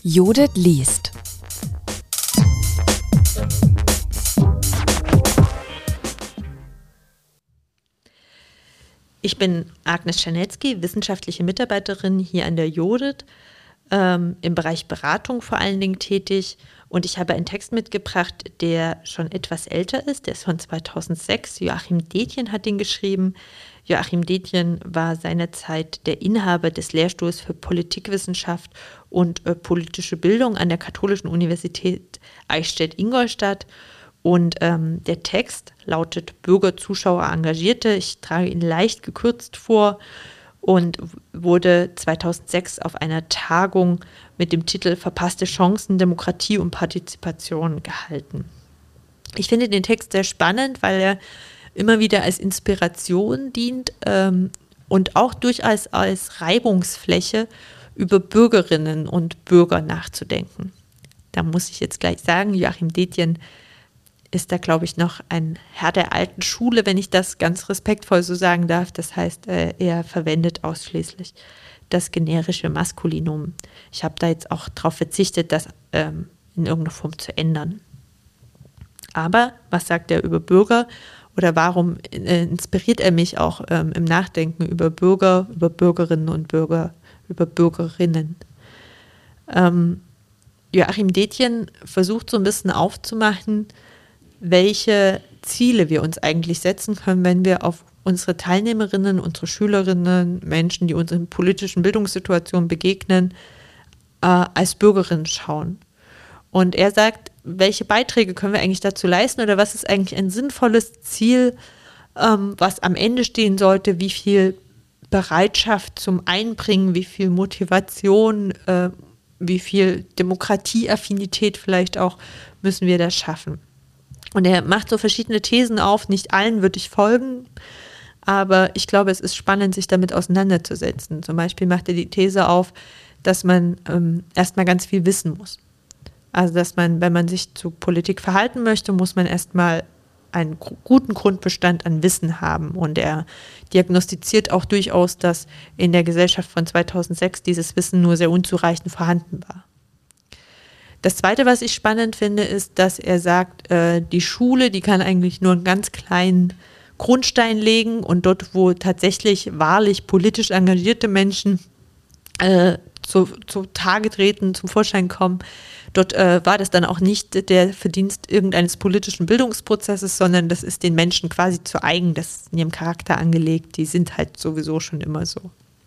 Judith liest. Ich bin Agnes Czarnecki, wissenschaftliche Mitarbeiterin hier an der Judith, im Bereich Beratung vor allen Dingen tätig. Und ich habe einen Text mitgebracht, der schon etwas älter ist. Der ist von 2006. Joachim Detjen hat ihn geschrieben. Joachim Detjen war seinerzeit der Inhaber des Lehrstuhls für Politikwissenschaft und politische Bildung an der Katholischen Universität Eichstätt-Ingolstadt. Und der Text lautet Bürger, Zuschauer, Engagierte. Ich trage ihn leicht gekürzt vor und wurde 2006 auf einer Tagung mit dem Titel Verpasste Chancen, Demokratie und Partizipation gehalten. Ich finde den Text sehr spannend, weil er immer wieder als Inspiration dient und auch durchaus als Reibungsfläche über Bürgerinnen und Bürger nachzudenken. Da muss ich jetzt gleich sagen, Joachim Detjen ist da, glaube ich, noch ein Herr der alten Schule, wenn ich das ganz respektvoll so sagen darf. Das heißt, er verwendet ausschließlich das generische Maskulinum. Ich habe da jetzt auch darauf verzichtet, das in irgendeiner Form zu ändern. Aber was sagt er über Bürger oder warum inspiriert er mich auch im Nachdenken über Bürger, über Bürgerinnen und Bürger, über Bürgerinnen? Joachim Detjen versucht so ein bisschen aufzumachen, welche Ziele wir uns eigentlich setzen können, wenn wir auf unsere Teilnehmerinnen, unsere Schülerinnen, Menschen, die uns in politischen Bildungssituationen begegnen, als Bürgerinnen schauen. Und er sagt, welche Beiträge können wir eigentlich dazu leisten oder was ist eigentlich ein sinnvolles Ziel, was am Ende stehen sollte, wie viel Bereitschaft zum Einbringen, wie viel Motivation, wie viel Demokratieaffinität vielleicht auch müssen wir da schaffen. Und er macht so verschiedene Thesen auf, nicht allen würde ich folgen, aber ich glaube, es ist spannend, sich damit auseinanderzusetzen. Zum Beispiel macht er die These auf, dass man erstmal ganz viel wissen muss. Also dass man, wenn man sich zu Politik verhalten möchte, muss man erstmal einen guten Grundbestand an Wissen haben. Und er diagnostiziert auch durchaus, dass in der Gesellschaft von 2006 dieses Wissen nur sehr unzureichend vorhanden war. Das Zweite, was ich spannend finde, ist, dass er sagt, die Schule, die kann eigentlich nur einen ganz kleinen Grundstein legen und dort, wo tatsächlich wahrlich politisch engagierte Menschen zu Tage treten, zum Vorschein kommen, dort war das dann auch nicht der Verdienst irgendeines politischen Bildungsprozesses, sondern das ist den Menschen quasi zu eigen, das ist in ihrem Charakter angelegt, die sind halt sowieso schon immer so.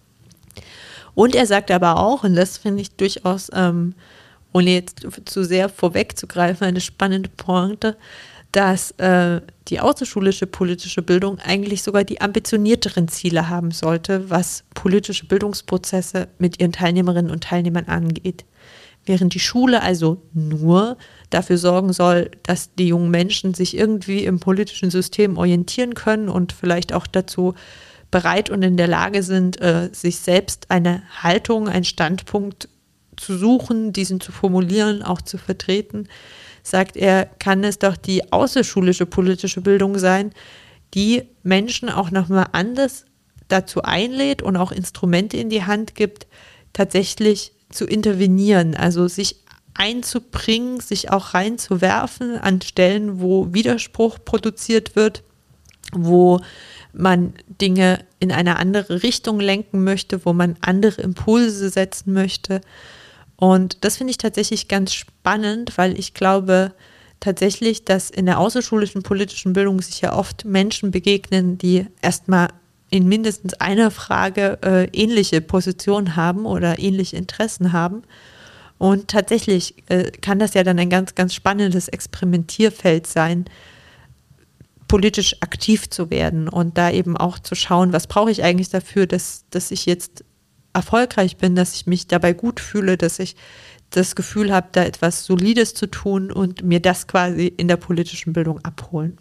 Und er sagt aber auch, und das finde ich durchaus ohne jetzt zu sehr vorwegzugreifen, eine spannende Pointe, dass die außerschulische politische Bildung eigentlich sogar die ambitionierteren Ziele haben sollte, was politische Bildungsprozesse mit ihren Teilnehmerinnen und Teilnehmern angeht. Während die Schule also nur dafür sorgen soll, dass die jungen Menschen sich irgendwie im politischen System orientieren können und vielleicht auch dazu bereit und in der Lage sind, sich selbst eine Haltung, einen Standpunkt zu suchen, diesen zu formulieren, auch zu vertreten, sagt er, kann es doch die außerschulische politische Bildung sein, die Menschen auch nochmal anders dazu einlädt und auch Instrumente in die Hand gibt, tatsächlich zu intervenieren, also sich einzubringen, sich auch reinzuwerfen an Stellen, wo Widerspruch produziert wird, wo man Dinge in eine andere Richtung lenken möchte, wo man andere Impulse setzen möchte. Und das finde ich tatsächlich ganz spannend, weil ich glaube tatsächlich, dass in der außerschulischen politischen Bildung sich ja oft Menschen begegnen, die erstmal in mindestens einer Frage ähnliche Positionen haben oder ähnliche Interessen haben. Und tatsächlich kann das ja dann ein ganz, ganz spannendes Experimentierfeld sein, politisch aktiv zu werden und da eben auch zu schauen, was brauche ich eigentlich dafür, dass ich jetzt erfolgreich bin, dass ich mich dabei gut fühle, dass ich das Gefühl habe, da etwas Solides zu tun und mir das quasi in der politischen Bildung abholen.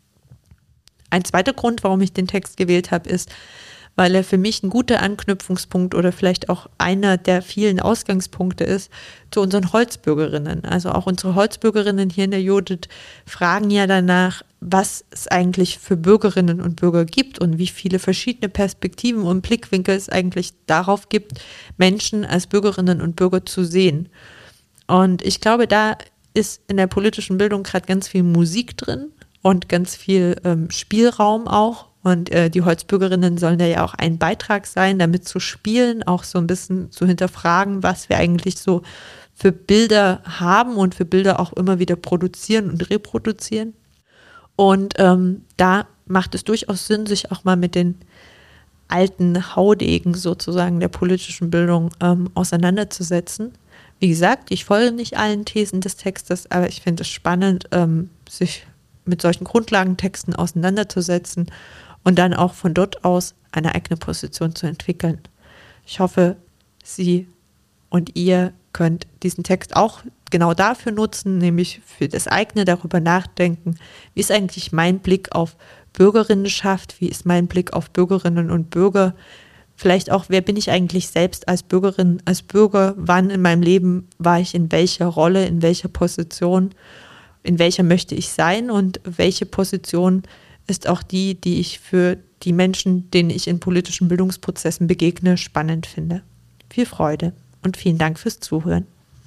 Ein zweiter Grund, warum ich den Text gewählt habe, ist, weil er für mich ein guter Anknüpfungspunkt oder vielleicht auch einer der vielen Ausgangspunkte ist zu unseren Holzbürgerinnen. Also auch unsere Holzbürgerinnen hier in der Judith fragen ja danach, was es eigentlich für Bürgerinnen und Bürger gibt und wie viele verschiedene Perspektiven und Blickwinkel es eigentlich darauf gibt, Menschen als Bürgerinnen und Bürger zu sehen. Und ich glaube, da ist in der politischen Bildung gerade ganz viel Musik drin und ganz viel Spielraum auch. Und die Holzbürgerinnen sollen ja auch ein Beitrag sein, damit zu spielen, auch so ein bisschen zu hinterfragen, was wir eigentlich so für Bilder haben und für Bilder auch immer wieder produzieren und reproduzieren. Und da macht es durchaus Sinn, sich auch mal mit den alten Haudegen sozusagen der politischen Bildung auseinanderzusetzen. Wie gesagt, ich folge nicht allen Thesen des Textes, aber ich finde es spannend, sich mit solchen Grundlagentexten auseinanderzusetzen und dann auch von dort aus eine eigene Position zu entwickeln. Ich hoffe, Sie und ihr könnt diesen Text auch genau dafür nutzen, nämlich für das eigene darüber nachdenken, wie ist eigentlich mein Blick auf Bürgerinnenschaft, wie ist mein Blick auf Bürgerinnen und Bürger, vielleicht auch, wer bin ich eigentlich selbst als Bürgerin, als Bürger, wann in meinem Leben war ich in welcher Rolle, in welcher Position, in welcher möchte ich sein und welche Position ist auch die, die ich für die Menschen, denen ich in politischen Bildungsprozessen begegne, spannend finde. Viel Freude und vielen Dank fürs Zuhören.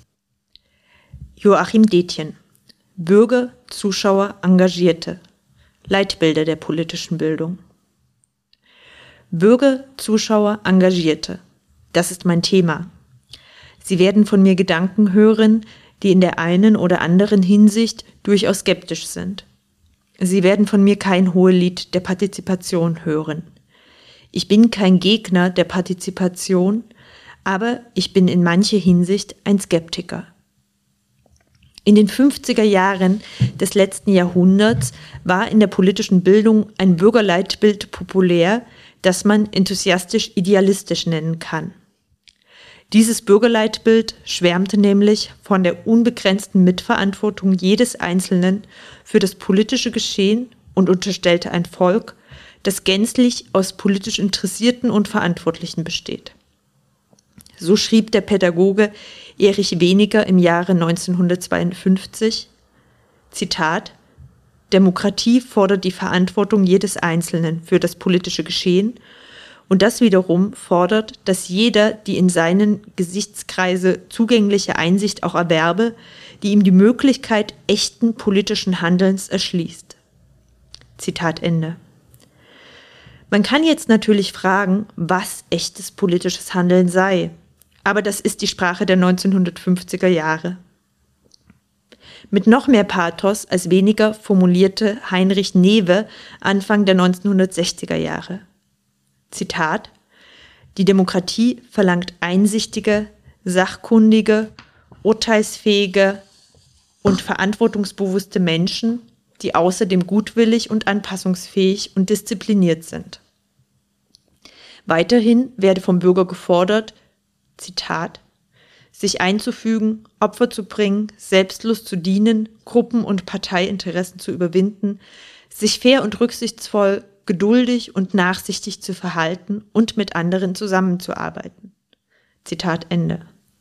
Joachim Detjen, Bürger, Zuschauer, Engagierte, Leitbilder der politischen Bildung. Bürger, Zuschauer, Engagierte. Das ist mein Thema. Sie werden von mir Gedanken hören, die in der einen oder anderen Hinsicht durchaus skeptisch sind. Sie werden von mir kein Hohelied der Partizipation hören. Ich bin kein Gegner der Partizipation, aber ich bin in mancher Hinsicht ein Skeptiker. In den 50er Jahren des letzten Jahrhunderts war in der politischen Bildung ein Bürgerleitbild populär, das man enthusiastisch idealistisch nennen kann. Dieses Bürgerleitbild schwärmte nämlich von der unbegrenzten Mitverantwortung jedes Einzelnen für das politische Geschehen und unterstellte ein Volk, das gänzlich aus politisch Interessierten und Verantwortlichen besteht. So schrieb der Pädagoge Erich Weniger im Jahre 1952, Zitat, Demokratie fordert die Verantwortung jedes Einzelnen für das politische Geschehen und das wiederum fordert, dass jeder die in seinen Gesichtskreise zugängliche Einsicht auch erwerbe, die ihm die Möglichkeit echten politischen Handelns erschließt. Zitat Ende. Man kann jetzt natürlich fragen, was echtes politisches Handeln sei, aber das ist die Sprache der 1950er Jahre. Mit noch mehr Pathos als Weniger formulierte Heinrich Newe Anfang der 1960er Jahre. Zitat: Die Demokratie verlangt einsichtige, sachkundige, urteilsfähige und verantwortungsbewusste Menschen, die außerdem gutwillig und anpassungsfähig und diszipliniert sind. Weiterhin werde vom Bürger gefordert, Zitat, sich einzufügen, Opfer zu bringen, selbstlos zu dienen, Gruppen- und Parteiinteressen zu überwinden, sich fair und rücksichtsvoll, geduldig und nachsichtig zu verhalten und mit anderen zusammenzuarbeiten. Zitat Ende.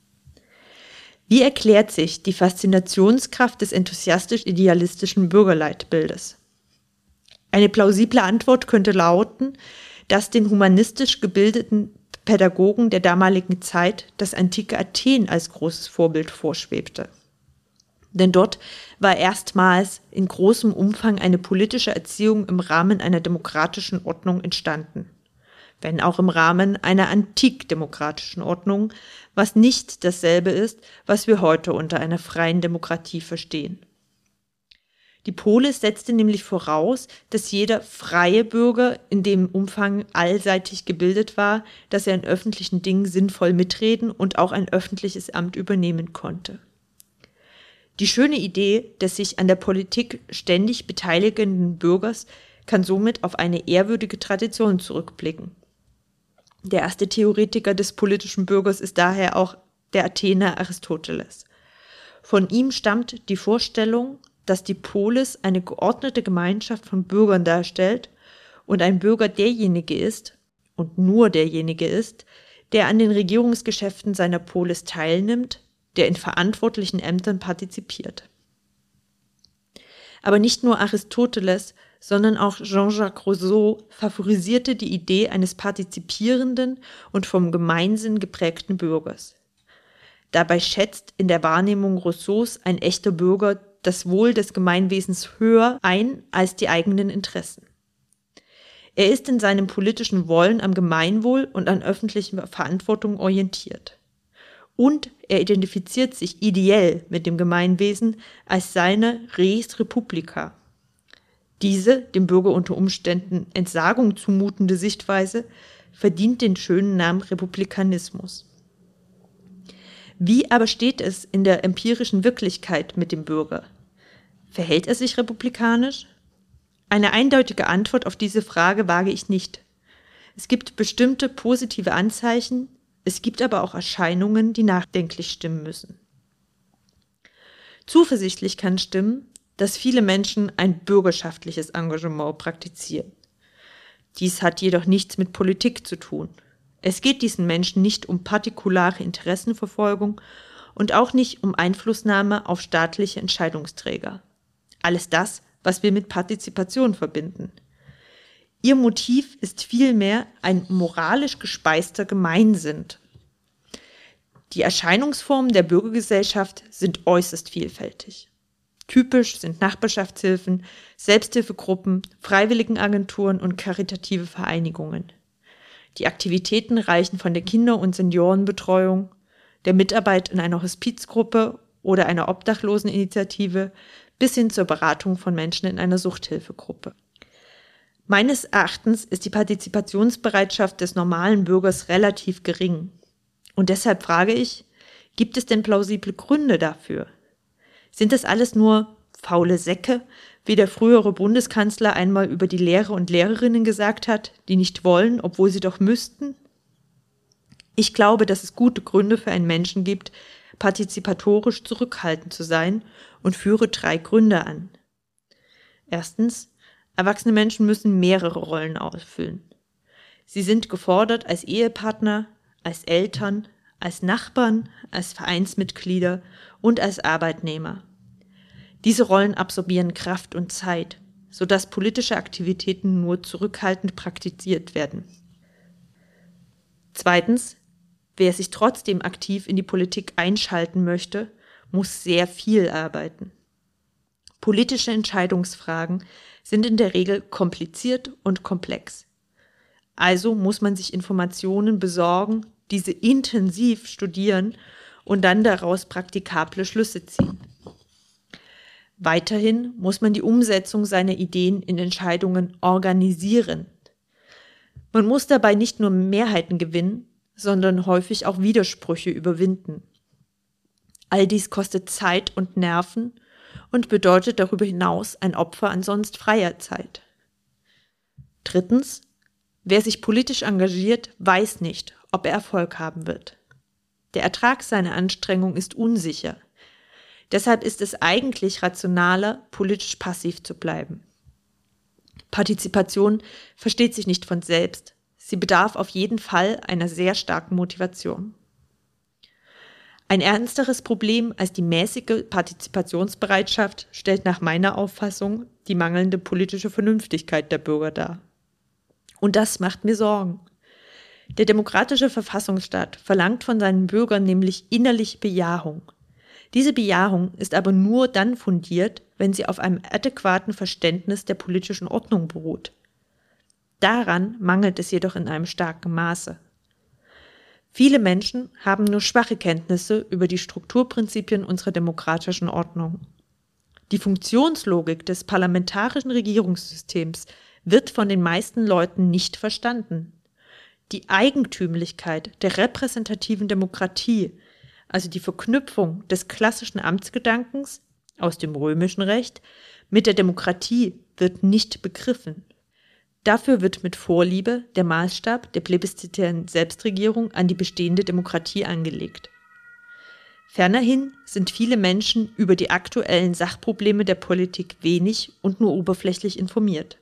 Wie erklärt sich die Faszinationskraft des enthusiastisch-idealistischen Bürgerleitbildes? Eine plausible Antwort könnte lauten, dass den humanistisch gebildeten Pädagogen der damaligen Zeit das antike Athen als großes Vorbild vorschwebte. Denn dort war erstmals in großem Umfang eine politische Erziehung im Rahmen einer demokratischen Ordnung entstanden, wenn auch im Rahmen einer antikdemokratischen Ordnung, was nicht dasselbe ist, was wir heute unter einer freien Demokratie verstehen. Die Polis setzte nämlich voraus, dass jeder freie Bürger in dem Umfang allseitig gebildet war, dass er in öffentlichen Dingen sinnvoll mitreden und auch ein öffentliches Amt übernehmen konnte. Die schöne Idee des sich an der Politik ständig beteiligenden Bürgers kann somit auf eine ehrwürdige Tradition zurückblicken. Der erste Theoretiker des politischen Bürgers ist daher auch der Athener Aristoteles. Von ihm stammt die Vorstellung, dass die Polis eine geordnete Gemeinschaft von Bürgern darstellt und ein Bürger derjenige ist und nur derjenige ist, der an den Regierungsgeschäften seiner Polis teilnimmt, der in verantwortlichen Ämtern partizipiert. Aber nicht nur Aristoteles, sondern auch Jean-Jacques Rousseau favorisierte die Idee eines partizipierenden und vom Gemeinsinn geprägten Bürgers. Dabei schätzt in der Wahrnehmung Rousseaus ein echter Bürger das Wohl des Gemeinwesens höher ein als die eigenen Interessen. Er ist in seinem politischen Wollen am Gemeinwohl und an öffentlicher Verantwortung orientiert. Und er identifiziert sich ideell mit dem Gemeinwesen als seine Res Publica. Diese, dem Bürger unter Umständen Entsagung zumutende Sichtweise, verdient den schönen Namen Republikanismus. Wie aber steht es in der empirischen Wirklichkeit mit dem Bürger? Verhält er sich republikanisch? Eine eindeutige Antwort auf diese Frage wage ich nicht. Es gibt bestimmte positive Anzeichen, es gibt aber auch Erscheinungen, die nachdenklich stimmen müssen. Zuversichtlich kann stimmen, dass viele Menschen ein bürgerschaftliches Engagement praktizieren. Dies hat jedoch nichts mit Politik zu tun. Es geht diesen Menschen nicht um partikulare Interessenverfolgung und auch nicht um Einflussnahme auf staatliche Entscheidungsträger. Alles das, was wir mit Partizipation verbinden. Ihr Motiv ist vielmehr ein moralisch gespeister Gemeinsinn. Die Erscheinungsformen der Bürgergesellschaft sind äußerst vielfältig. Typisch sind Nachbarschaftshilfen, Selbsthilfegruppen, Freiwilligenagenturen und karitative Vereinigungen. Die Aktivitäten reichen von der Kinder- und Seniorenbetreuung, der Mitarbeit in einer Hospizgruppe oder einer Obdachloseninitiative bis hin zur Beratung von Menschen in einer Suchthilfegruppe. Meines Erachtens ist die Partizipationsbereitschaft des normalen Bürgers relativ gering. Und deshalb frage ich, gibt es denn plausible Gründe dafür? Sind das alles nur faule Säcke, wie der frühere Bundeskanzler einmal über die Lehrer und Lehrerinnen gesagt hat, die nicht wollen, obwohl sie doch müssten? Ich glaube, dass es gute Gründe für einen Menschen gibt, partizipatorisch zurückhaltend zu sein und führe 3 Gründe an. Erstens, erwachsene Menschen müssen mehrere Rollen ausfüllen. Sie sind gefordert als Ehepartner, als Eltern, als Nachbarn, als Vereinsmitglieder und als Arbeitnehmer. Diese Rollen absorbieren Kraft und Zeit, sodass politische Aktivitäten nur zurückhaltend praktiziert werden. Zweitens, wer sich trotzdem aktiv in die Politik einschalten möchte, muss sehr viel arbeiten. Politische Entscheidungsfragen sind in der Regel kompliziert und komplex. Also muss man sich Informationen besorgen, diese intensiv studieren und dann daraus praktikable Schlüsse ziehen. Weiterhin muss man die Umsetzung seiner Ideen in Entscheidungen organisieren. Man muss dabei nicht nur Mehrheiten gewinnen, sondern häufig auch Widersprüche überwinden. All dies kostet Zeit und Nerven und bedeutet darüber hinaus ein Opfer an sonst freier Zeit. Drittens, wer sich politisch engagiert, weiß nicht, ob er Erfolg haben wird. Der Ertrag seiner Anstrengung ist unsicher. Deshalb ist es eigentlich rationaler, politisch passiv zu bleiben. Partizipation versteht sich nicht von selbst. Sie bedarf auf jeden Fall einer sehr starken Motivation. Ein ernsteres Problem als die mäßige Partizipationsbereitschaft stellt nach meiner Auffassung die mangelnde politische Vernünftigkeit der Bürger dar. Und das macht mir Sorgen. Der demokratische Verfassungsstaat verlangt von seinen Bürgern nämlich innerliche Bejahung. Diese Bejahung ist aber nur dann fundiert, wenn sie auf einem adäquaten Verständnis der politischen Ordnung beruht. Daran mangelt es jedoch in einem starken Maße. Viele Menschen haben nur schwache Kenntnisse über die Strukturprinzipien unserer demokratischen Ordnung. Die Funktionslogik des parlamentarischen Regierungssystems wird von den meisten Leuten nicht verstanden. Die Eigentümlichkeit der repräsentativen Demokratie, also die Verknüpfung des klassischen Amtsgedankens aus dem römischen Recht mit der Demokratie, wird nicht begriffen. Dafür wird mit Vorliebe der Maßstab der plebiszitären Selbstregierung an die bestehende Demokratie angelegt. Fernerhin sind viele Menschen über die aktuellen Sachprobleme der Politik wenig und nur oberflächlich informiert.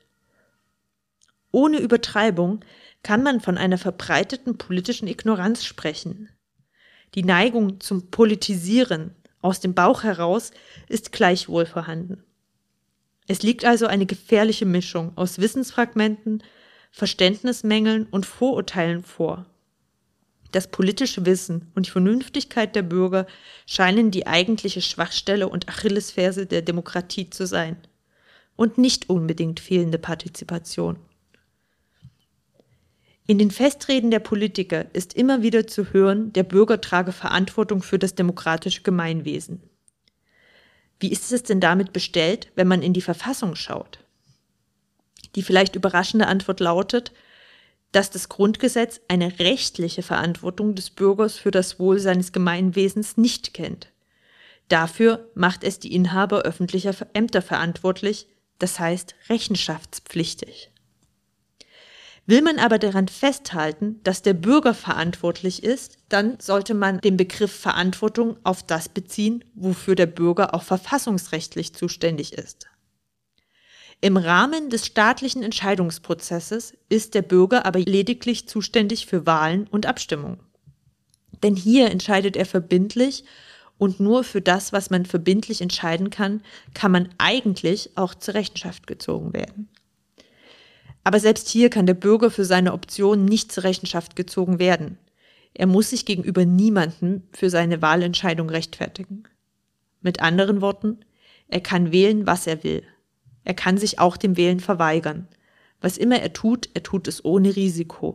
Ohne Übertreibung kann man von einer verbreiteten politischen Ignoranz sprechen. Die Neigung zum Politisieren aus dem Bauch heraus ist gleichwohl vorhanden. Es liegt also eine gefährliche Mischung aus Wissensfragmenten, Verständnismängeln und Vorurteilen vor. Das politische Wissen und die Vernünftigkeit der Bürger scheinen die eigentliche Schwachstelle und Achillesferse der Demokratie zu sein und nicht unbedingt fehlende Partizipation. In den Festreden der Politiker ist immer wieder zu hören, der Bürger trage Verantwortung für das demokratische Gemeinwesen. Wie ist es denn damit bestellt, wenn man in die Verfassung schaut? Die vielleicht überraschende Antwort lautet, dass das Grundgesetz eine rechtliche Verantwortung des Bürgers für das Wohl seines Gemeinwesens nicht kennt. Dafür macht es die Inhaber öffentlicher Ämter verantwortlich, das heißt rechenschaftspflichtig. Will man aber daran festhalten, dass der Bürger verantwortlich ist, dann sollte man den Begriff Verantwortung auf das beziehen, wofür der Bürger auch verfassungsrechtlich zuständig ist. Im Rahmen des staatlichen Entscheidungsprozesses ist der Bürger aber lediglich zuständig für Wahlen und Abstimmungen. Denn hier entscheidet er verbindlich und nur für das, was man verbindlich entscheiden kann, kann man eigentlich auch zur Rechenschaft gezogen werden. Aber selbst hier kann der Bürger für seine Option nicht zur Rechenschaft gezogen werden. Er muss sich gegenüber niemandem für seine Wahlentscheidung rechtfertigen. Mit anderen Worten, er kann wählen, was er will. Er kann sich auch dem Wählen verweigern. Was immer er tut es ohne Risiko.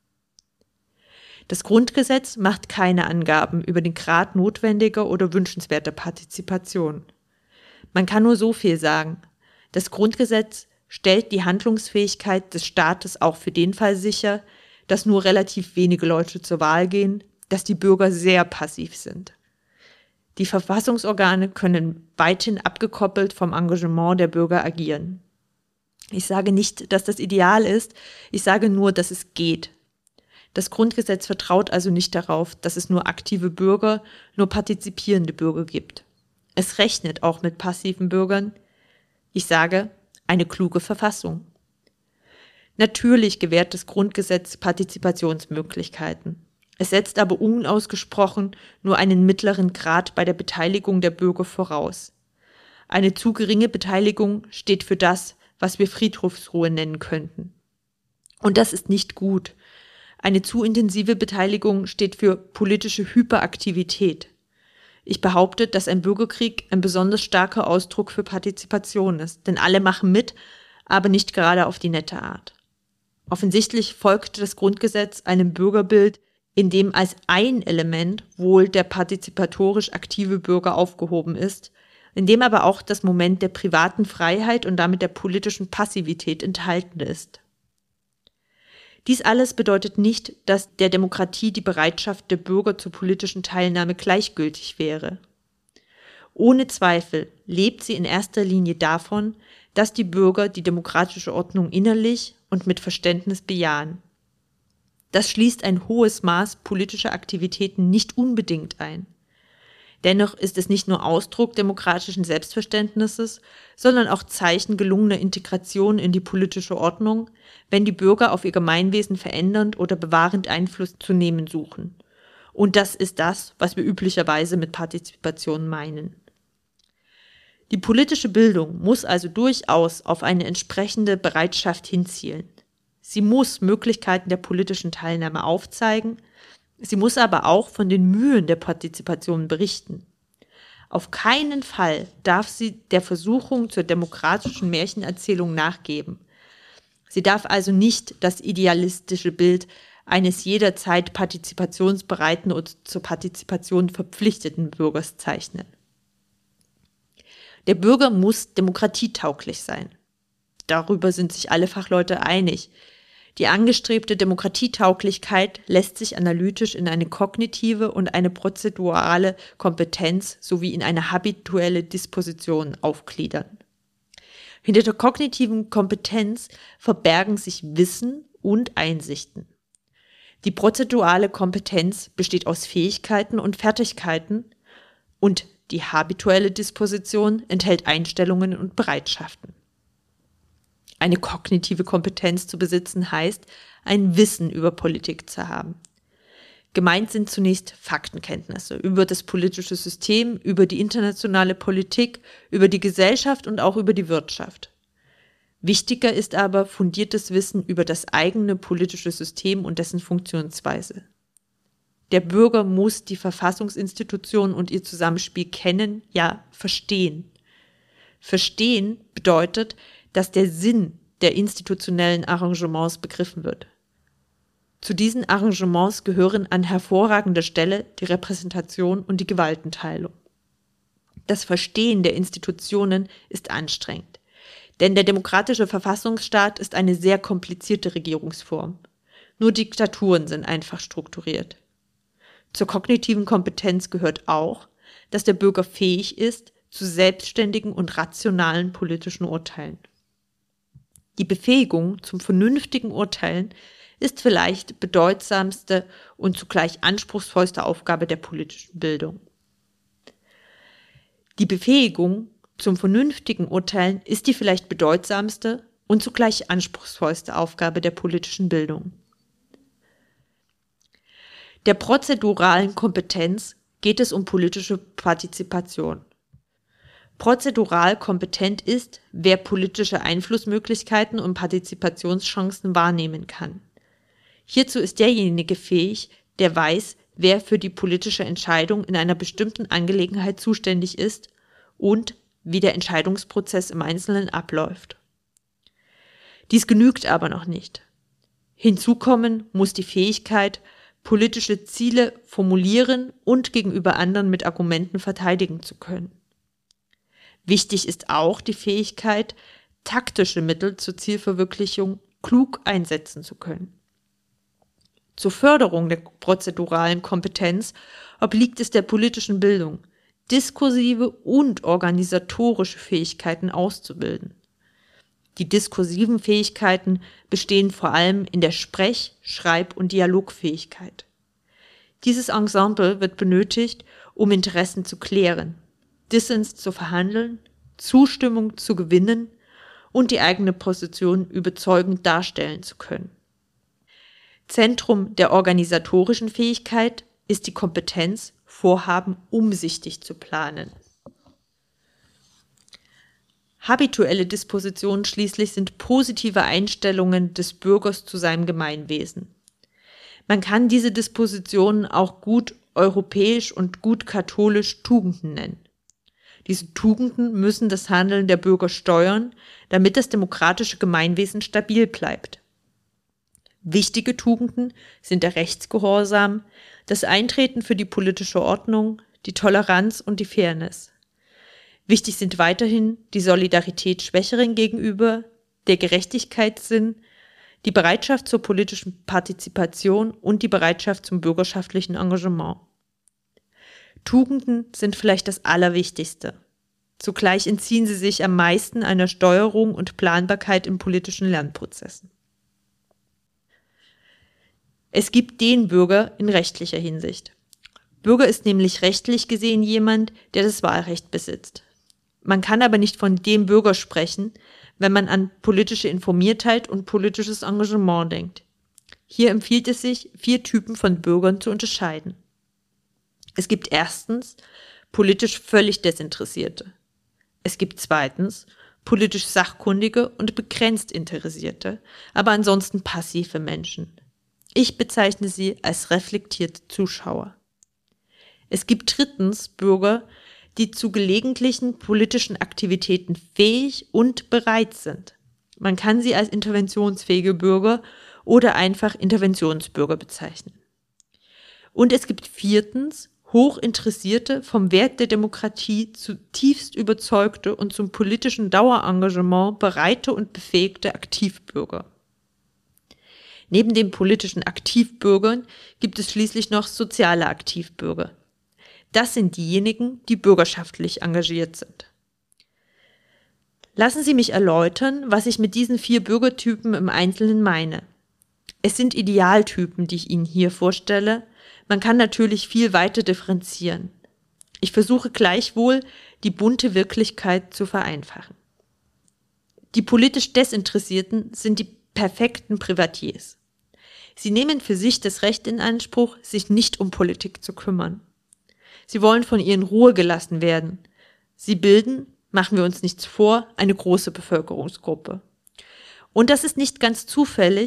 Das Grundgesetz macht keine Angaben über den Grad notwendiger oder wünschenswerter Partizipation. Man kann nur so viel sagen. Das Grundgesetz stellt die Handlungsfähigkeit des Staates auch für den Fall sicher, dass nur relativ wenige Leute zur Wahl gehen, dass die Bürger sehr passiv sind. Die Verfassungsorgane können weithin abgekoppelt vom Engagement der Bürger agieren. Ich sage nicht, dass das ideal ist, ich sage nur, dass es geht. Das Grundgesetz vertraut also nicht darauf, dass es nur aktive Bürger, nur partizipierende Bürger gibt. Es rechnet auch mit passiven Bürgern. Ich sage, eine kluge Verfassung. Natürlich gewährt das Grundgesetz Partizipationsmöglichkeiten. Es setzt aber unausgesprochen nur einen mittleren Grad bei der Beteiligung der Bürger voraus. Eine zu geringe Beteiligung steht für das, was wir Friedhofsruhe nennen könnten. Und das ist nicht gut. Eine zu intensive Beteiligung steht für politische Hyperaktivität. Ich behaupte, dass ein Bürgerkrieg ein besonders starker Ausdruck für Partizipation ist, denn alle machen mit, aber nicht gerade auf die nette Art. Offensichtlich folgt das Grundgesetz einem Bürgerbild, in dem als ein Element wohl der partizipatorisch aktive Bürger aufgehoben ist, in dem aber auch das Moment der privaten Freiheit und damit der politischen Passivität enthalten ist. Dies alles bedeutet nicht, dass der Demokratie die Bereitschaft der Bürger zur politischen Teilnahme gleichgültig wäre. Ohne Zweifel lebt sie in erster Linie davon, dass die Bürger die demokratische Ordnung innerlich und mit Verständnis bejahen. Das schließt ein hohes Maß politischer Aktivitäten nicht unbedingt ein. Dennoch ist es nicht nur Ausdruck demokratischen Selbstverständnisses, sondern auch Zeichen gelungener Integration in die politische Ordnung, wenn die Bürger auf ihr Gemeinwesen verändernd oder bewahrend Einfluss zu nehmen suchen. Und das ist das, was wir üblicherweise mit Partizipation meinen. Die politische Bildung muss also durchaus auf eine entsprechende Bereitschaft hinzielen. Sie muss Möglichkeiten der politischen Teilnahme aufzeigen, sie muss aber auch von den Mühen der Partizipation berichten. Auf keinen Fall darf sie der Versuchung zur demokratischen Märchenerzählung nachgeben. Sie darf also nicht das idealistische Bild eines jederzeit partizipationsbereiten und zur Partizipation verpflichteten Bürgers zeichnen. Der Bürger muss demokratietauglich sein. Darüber sind sich alle Fachleute einig. Die angestrebte Demokratietauglichkeit lässt sich analytisch in eine kognitive und eine prozedurale Kompetenz sowie in eine habituelle Disposition aufgliedern. Hinter der kognitiven Kompetenz verbergen sich Wissen und Einsichten. Die prozedurale Kompetenz besteht aus Fähigkeiten und Fertigkeiten und die habituelle Disposition enthält Einstellungen und Bereitschaften. Eine kognitive Kompetenz zu besitzen heißt, ein Wissen über Politik zu haben. Gemeint sind zunächst Faktenkenntnisse über das politische System, über die internationale Politik, über die Gesellschaft und auch über die Wirtschaft. Wichtiger ist aber fundiertes Wissen über das eigene politische System und dessen Funktionsweise. Der Bürger muss die Verfassungsinstitutionen und ihr Zusammenspiel kennen, ja verstehen. Verstehen bedeutet, dass der Sinn der institutionellen Arrangements begriffen wird. Zu diesen Arrangements gehören an hervorragender Stelle die Repräsentation und die Gewaltenteilung. Das Verstehen der Institutionen ist anstrengend, denn der demokratische Verfassungsstaat ist eine sehr komplizierte Regierungsform. Nur Diktaturen sind einfach strukturiert. Zur kognitiven Kompetenz gehört auch, dass der Bürger fähig ist zu selbstständigen und rationalen politischen Urteilen. Die Befähigung zum vernünftigen Urteilen ist vielleicht bedeutsamste und zugleich anspruchsvollste Aufgabe der politischen Bildung. Die Befähigung zum vernünftigen Urteilen ist die vielleicht bedeutsamste und zugleich anspruchsvollste Aufgabe der politischen Bildung. Der prozeduralen Kompetenz geht es um politische Partizipation. Prozedural kompetent ist, wer politische Einflussmöglichkeiten und Partizipationschancen wahrnehmen kann. Hierzu ist derjenige fähig, der weiß, wer für die politische Entscheidung in einer bestimmten Angelegenheit zuständig ist und wie der Entscheidungsprozess im Einzelnen abläuft. Dies genügt aber noch nicht. Hinzu kommen muss die Fähigkeit, politische Ziele formulieren und gegenüber anderen mit Argumenten verteidigen zu können. Wichtig ist auch die Fähigkeit, taktische Mittel zur Zielverwirklichung klug einsetzen zu können. Zur Förderung der prozeduralen Kompetenz obliegt es der politischen Bildung, diskursive und organisatorische Fähigkeiten auszubilden. Die diskursiven Fähigkeiten bestehen vor allem in der Sprech-, Schreib- und Dialogfähigkeit. Dieses Ensemble wird benötigt, um Interessen zu klären, Dissens zu verhandeln, Zustimmung zu gewinnen und die eigene Position überzeugend darstellen zu können. Zentrum der organisatorischen Fähigkeit ist die Kompetenz, Vorhaben umsichtig zu planen. Habituelle Dispositionen schließlich sind positive Einstellungen des Bürgers zu seinem Gemeinwesen. Man kann diese Dispositionen auch gut europäisch und gut katholisch Tugenden nennen. Diese Tugenden müssen das Handeln der Bürger steuern, damit das demokratische Gemeinwesen stabil bleibt. Wichtige Tugenden sind der Rechtsgehorsam, das Eintreten für die politische Ordnung, die Toleranz und die Fairness. Wichtig sind weiterhin die Solidarität Schwächeren gegenüber, der Gerechtigkeitssinn, die Bereitschaft zur politischen Partizipation und die Bereitschaft zum bürgerschaftlichen Engagement. Tugenden sind vielleicht das Allerwichtigste. Zugleich entziehen sie sich am meisten einer Steuerung und Planbarkeit in politischen Lernprozessen. Es gibt den Bürger in rechtlicher Hinsicht. Bürger ist nämlich rechtlich gesehen jemand, der das Wahlrecht besitzt. Man kann aber nicht von dem Bürger sprechen, wenn man an politische Informiertheit und politisches Engagement denkt. Hier empfiehlt es sich, 4 Typen von Bürgern zu unterscheiden. Es gibt erstens politisch völlig Desinteressierte. Es gibt zweitens politisch Sachkundige und begrenzt Interessierte, aber ansonsten passive Menschen. Ich bezeichne sie als reflektierte Zuschauer. Es gibt drittens Bürger, die zu gelegentlichen politischen Aktivitäten fähig und bereit sind. Man kann sie als interventionsfähige Bürger oder einfach Interventionsbürger bezeichnen. Und es gibt viertens hochinteressierte, vom Wert der Demokratie zutiefst überzeugte und zum politischen Dauerengagement bereite und befähigte Aktivbürger. Neben den politischen Aktivbürgern gibt es schließlich noch soziale Aktivbürger. Das sind diejenigen, die bürgerschaftlich engagiert sind. Lassen Sie mich erläutern, was ich mit diesen 4 Bürgertypen im Einzelnen meine. Es sind Idealtypen, die ich Ihnen hier vorstelle. Man kann natürlich viel weiter differenzieren. Ich versuche gleichwohl, die bunte Wirklichkeit zu vereinfachen. Die politisch Desinteressierten sind die perfekten Privatiers. Sie nehmen für sich das Recht in Anspruch, sich nicht um Politik zu kümmern. Sie wollen von ihr in Ruhe gelassen werden. Sie bilden, machen wir uns nichts vor, eine große Bevölkerungsgruppe. Und das ist nicht ganz zufällig,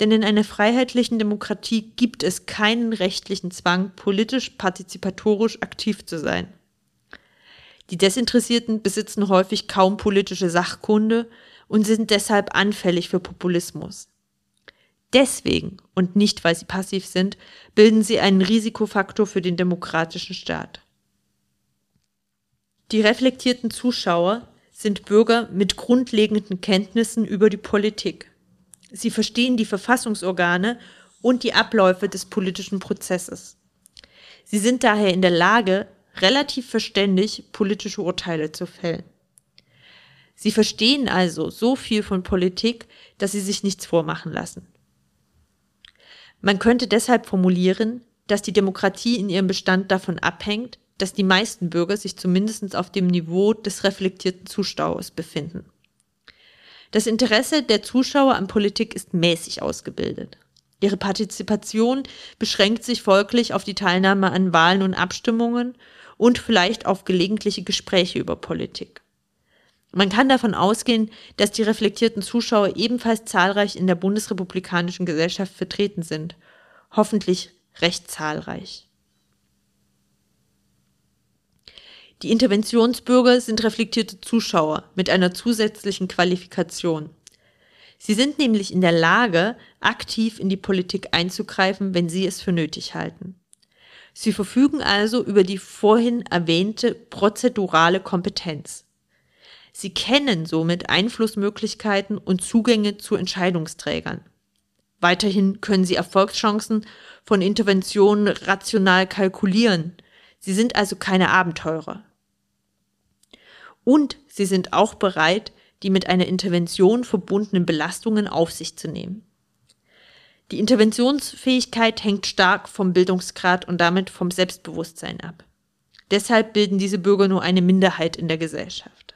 Denn in einer freiheitlichen Demokratie gibt es keinen rechtlichen Zwang, politisch partizipatorisch aktiv zu sein. Die Desinteressierten besitzen häufig kaum politische Sachkunde und sind deshalb anfällig für Populismus. Deswegen und nicht, weil sie passiv sind, bilden sie einen Risikofaktor für den demokratischen Staat. Die reflektierten Zuschauer sind Bürger mit grundlegenden Kenntnissen über die Politik. Sie verstehen die Verfassungsorgane und die Abläufe des politischen Prozesses. Sie sind daher in der Lage, relativ verständig politische Urteile zu fällen. Sie verstehen also so viel von Politik, dass sie sich nichts vormachen lassen. Man könnte deshalb formulieren, dass die Demokratie in ihrem Bestand davon abhängt, dass die meisten Bürger sich zumindest auf dem Niveau des reflektierten Zuschauers befinden. Das Interesse der Zuschauer an Politik ist mäßig ausgebildet. Ihre Partizipation beschränkt sich folglich auf die Teilnahme an Wahlen und Abstimmungen und vielleicht auf gelegentliche Gespräche über Politik. Man kann davon ausgehen, dass die reflektierten Zuschauer ebenfalls zahlreich in der bundesrepublikanischen Gesellschaft vertreten sind, hoffentlich recht zahlreich. Die Interventionsbürger sind reflektierte Zuschauer mit einer zusätzlichen Qualifikation. Sie sind nämlich in der Lage, aktiv in die Politik einzugreifen, wenn sie es für nötig halten. Sie verfügen also über die vorhin erwähnte prozedurale Kompetenz. Sie kennen somit Einflussmöglichkeiten und Zugänge zu Entscheidungsträgern. Weiterhin können sie Erfolgschancen von Interventionen rational kalkulieren. Sie sind also keine Abenteurer. Und sie sind auch bereit, die mit einer Intervention verbundenen Belastungen auf sich zu nehmen. Die Interventionsfähigkeit hängt stark vom Bildungsgrad und damit vom Selbstbewusstsein ab. Deshalb bilden diese Bürger nur eine Minderheit in der Gesellschaft.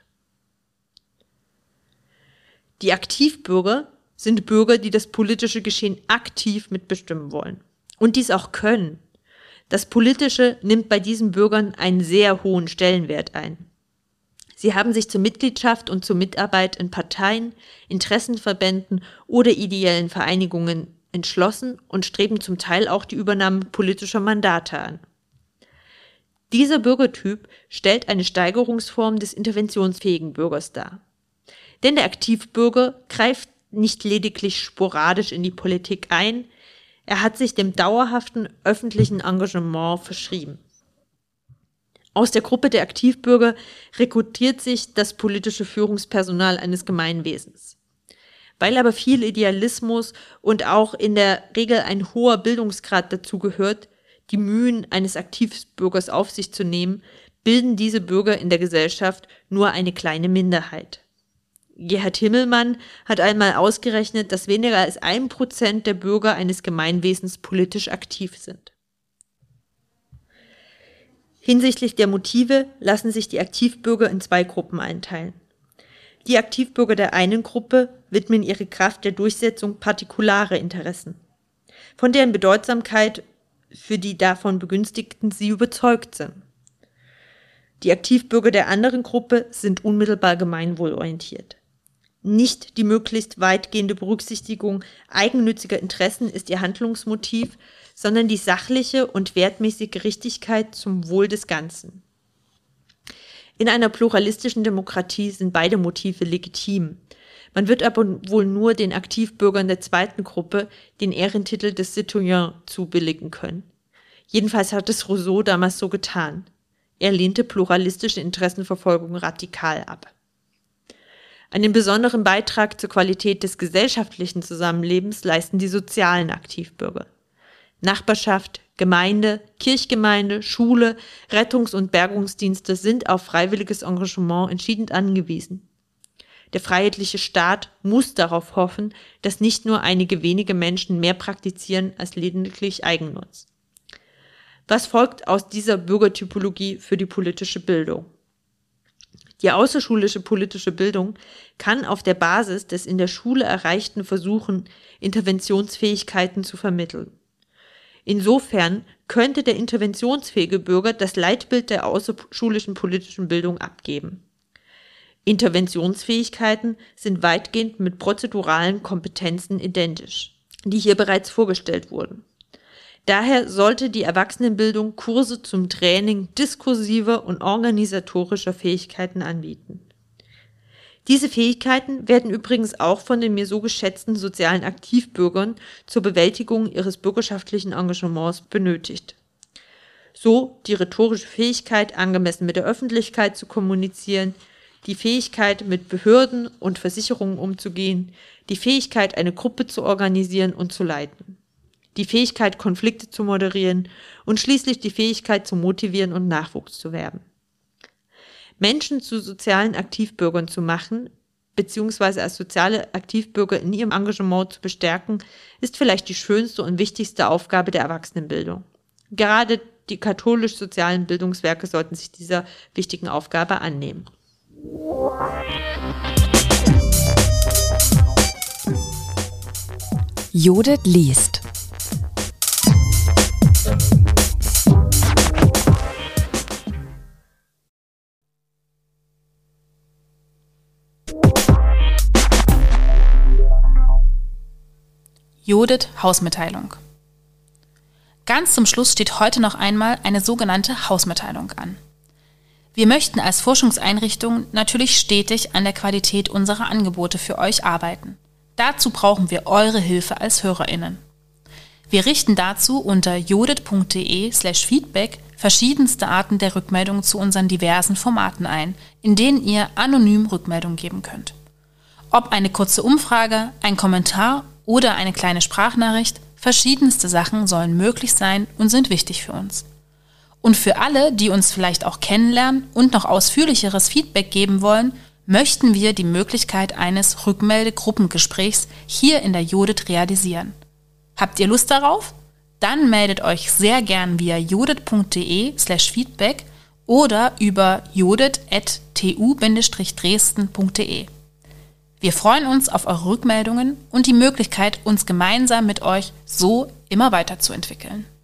Die Aktivbürger sind Bürger, die das politische Geschehen aktiv mitbestimmen wollen und dies auch können. Das Politische nimmt bei diesen Bürgern einen sehr hohen Stellenwert ein. Sie haben sich zur Mitgliedschaft und zur Mitarbeit in Parteien, Interessenverbänden oder ideellen Vereinigungen entschlossen und streben zum Teil auch die Übernahme politischer Mandate an. Dieser Bürgertyp stellt eine Steigerungsform des interventionsfähigen Bürgers dar. Denn der Aktivbürger greift nicht lediglich sporadisch in die Politik ein, er hat sich dem dauerhaften öffentlichen Engagement verschrieben. Aus der Gruppe der Aktivbürger rekrutiert sich das politische Führungspersonal eines Gemeinwesens. Weil aber viel Idealismus und auch in der Regel ein hoher Bildungsgrad dazu gehört, die Mühen eines Aktivbürgers auf sich zu nehmen, bilden diese Bürger in der Gesellschaft nur eine kleine Minderheit. Gerhard Himmelmann hat einmal ausgerechnet, dass weniger als 1% der Bürger eines Gemeinwesens politisch aktiv sind. Hinsichtlich der Motive lassen sich die Aktivbürger in 2 Gruppen einteilen. Die Aktivbürger der einen Gruppe widmen ihre Kraft der Durchsetzung partikularer Interessen, von deren Bedeutsamkeit für die davon Begünstigten sie überzeugt sind. Die Aktivbürger der anderen Gruppe sind unmittelbar gemeinwohlorientiert. Nicht die möglichst weitgehende Berücksichtigung eigennütziger Interessen ist ihr Handlungsmotiv, sondern die sachliche und wertmäßige Richtigkeit zum Wohl des Ganzen. In einer pluralistischen Demokratie sind beide Motive legitim. Man wird aber wohl nur den Aktivbürgern der zweiten Gruppe den Ehrentitel des Citoyen zubilligen können. Jedenfalls hat es Rousseau damals so getan. Er lehnte pluralistische Interessenverfolgung radikal ab. Einen besonderen Beitrag zur Qualität des gesellschaftlichen Zusammenlebens leisten die sozialen Aktivbürger. Nachbarschaft, Gemeinde, Kirchgemeinde, Schule, Rettungs- und Bergungsdienste sind auf freiwilliges Engagement entschieden angewiesen. Der freiheitliche Staat muss darauf hoffen, dass nicht nur einige wenige Menschen mehr praktizieren als lediglich Eigennutz. Was folgt aus dieser Bürgertypologie für die politische Bildung? Die außerschulische politische Bildung kann auf der Basis des in der Schule erreichten versuchen, Interventionsfähigkeiten zu vermitteln. Insofern könnte der interventionsfähige Bürger das Leitbild der außerschulischen politischen Bildung abgeben. Interventionsfähigkeiten sind weitgehend mit prozeduralen Kompetenzen identisch. die hier bereits vorgestellt wurden. Daher sollte die Erwachsenenbildung Kurse zum Training diskursiver und organisatorischer Fähigkeiten anbieten. Diese Fähigkeiten werden übrigens auch von den mir so geschätzten sozialen Aktivbürgern zur Bewältigung ihres bürgerschaftlichen Engagements benötigt. So die rhetorische Fähigkeit, angemessen mit der Öffentlichkeit zu kommunizieren, die Fähigkeit, mit Behörden und Versicherungen umzugehen, die Fähigkeit, eine Gruppe zu organisieren und zu leiten, die Fähigkeit, Konflikte zu moderieren und schließlich die Fähigkeit, zu motivieren und Nachwuchs zu werben. Menschen zu sozialen Aktivbürgern zu machen, beziehungsweise als soziale Aktivbürger in ihrem Engagement zu bestärken, ist vielleicht die schönste und wichtigste Aufgabe der Erwachsenenbildung. Gerade die katholisch-sozialen Bildungswerke sollten sich dieser wichtigen Aufgabe annehmen. Judith liest. Judith Hausmitteilung. Ganz zum Schluss steht heute noch einmal eine sogenannte Hausmitteilung an. Wir möchten als Forschungseinrichtung natürlich stetig an der Qualität unserer Angebote für euch arbeiten. Dazu brauchen wir eure Hilfe als HörerInnen. Wir richten dazu unter judith.de/feedback verschiedenste Arten der Rückmeldung zu unseren diversen Formaten ein, in denen ihr anonym Rückmeldung geben könnt. Ob eine kurze Umfrage, ein Kommentar oder eine kleine Sprachnachricht, verschiedenste Sachen sollen möglich sein und sind wichtig für uns. Und für alle, die uns vielleicht auch kennenlernen und noch ausführlicheres Feedback geben wollen, möchten wir die Möglichkeit eines Rückmeldegruppengesprächs hier in der Judith realisieren. Habt ihr Lust darauf? Dann meldet euch sehr gern via judith.de/feedback oder über judith@tu-dresden.de. Wir freuen uns auf eure Rückmeldungen und die Möglichkeit, uns gemeinsam mit euch so immer weiterzuentwickeln.